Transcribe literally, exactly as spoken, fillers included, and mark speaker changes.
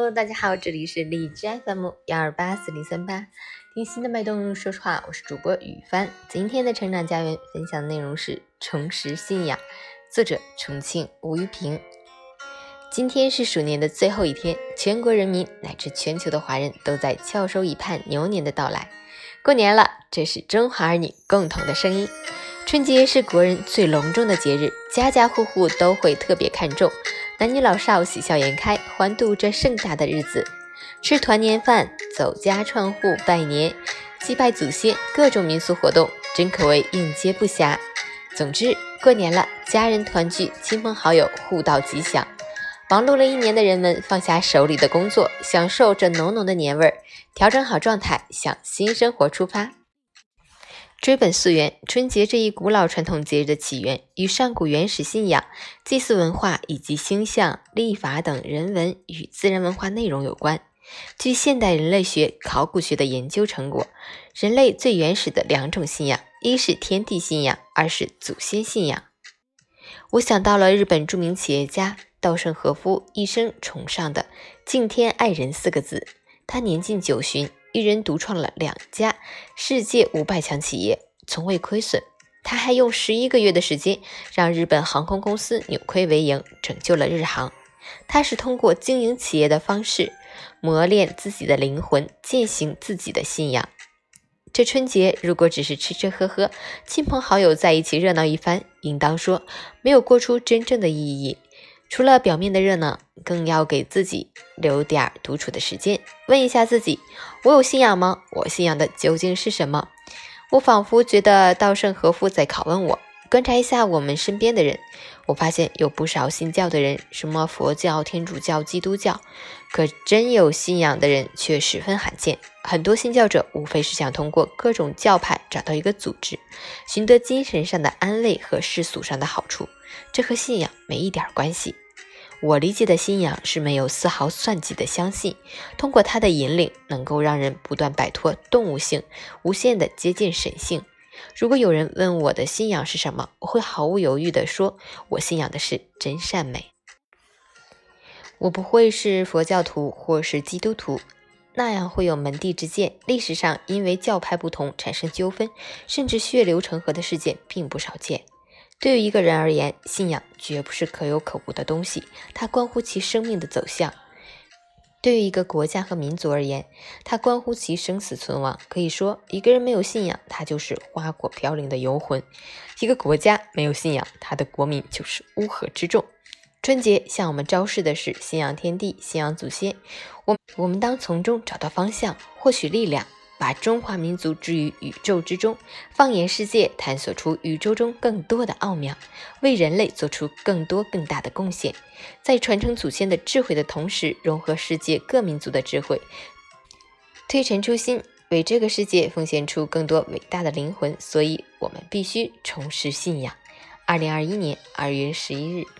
Speaker 1: Hello， 大家好，这里是荔枝 F M 一二八四零三八，听心的脉动说实话，我是主播雨帆。今天的成长家园分享的内容是重拾信仰，作者重庆吴玉平。今天是鼠年的最后一天，全国人民乃至全球的华人都在翘首以盼牛年的到来。过年了，这是中华儿女共同的声音。春节是国人最隆重的节日，家家户户都会特别看重，男女老少喜笑颜开，欢度这盛大的日子，吃团年饭，走家串户拜年，祭拜祖先，各种民俗活动真可谓应接不暇。总之，过年了，家人团聚，亲朋好友互道吉祥。忙碌了一年的人们放下手里的工作，享受这浓浓的年味儿，调整好状态，向新生活出发。追本溯源，春节这一古老传统节日的起源与上古原始信仰、祭祀文化以及星象、历法等人文与自然文化内容有关。据现代人类学、考古学的研究成果，人类最原始的两种信仰，一是天地信仰，二是祖先信仰。我想到了日本著名企业家稻盛和夫一生崇尚的敬天爱人四个字。他年近九旬，一人独创了两家世界五百强企业，从未亏损。他还用十一个月的时间让日本航空公司扭亏为盈，拯救了日航。他是通过经营企业的方式磨练自己的灵魂，践行自己的信仰。这春节如果只是吃吃喝喝，亲朋好友在一起热闹一番，应当说没有过出真正的意义。除了表面的热闹，更要给自己留点独处的时间，问一下自己，我有信仰吗？我信仰的究竟是什么？我仿佛觉得稻盛和夫在拷问我。观察一下我们身边的人，我发现有不少信教的人，什么佛教、天主教、基督教，可真有信仰的人却十分罕见。很多信教者无非是想通过各种教派找到一个组织，寻得精神上的安慰和世俗上的好处，这和信仰没一点关系。我理解的信仰是没有丝毫算计的相信，通过它的引领，能够让人不断摆脱动物性，无限的接近神性。如果有人问我的信仰是什么，我会毫无犹豫地说，我信仰的是真善美。我不会是佛教徒或是基督徒，那样会有门第之见，历史上因为教派不同产生纠纷，甚至血流成河的事件并不少见。对于一个人而言，信仰绝不是可有可无的东西，它关乎其生命的走向。对于一个国家和民族而言，它关乎其生死存亡。可以说，一个人没有信仰，他就是花果飘零的游魂；一个国家没有信仰，他的国民就是乌合之众。春节向我们昭示的是信仰天地，信仰祖先，我我们当从中找到方向，获取力量，把中华民族置于宇宙之中，放眼世界，探索出宇宙中更多的奥妙，为人类做出更多更大的贡献。在传承祖先的智慧的同时，融合世界各民族的智慧，推陈出新，为这个世界奉献出更多伟大的灵魂。所以我们必须重拾信仰。二零二一年二月十一日。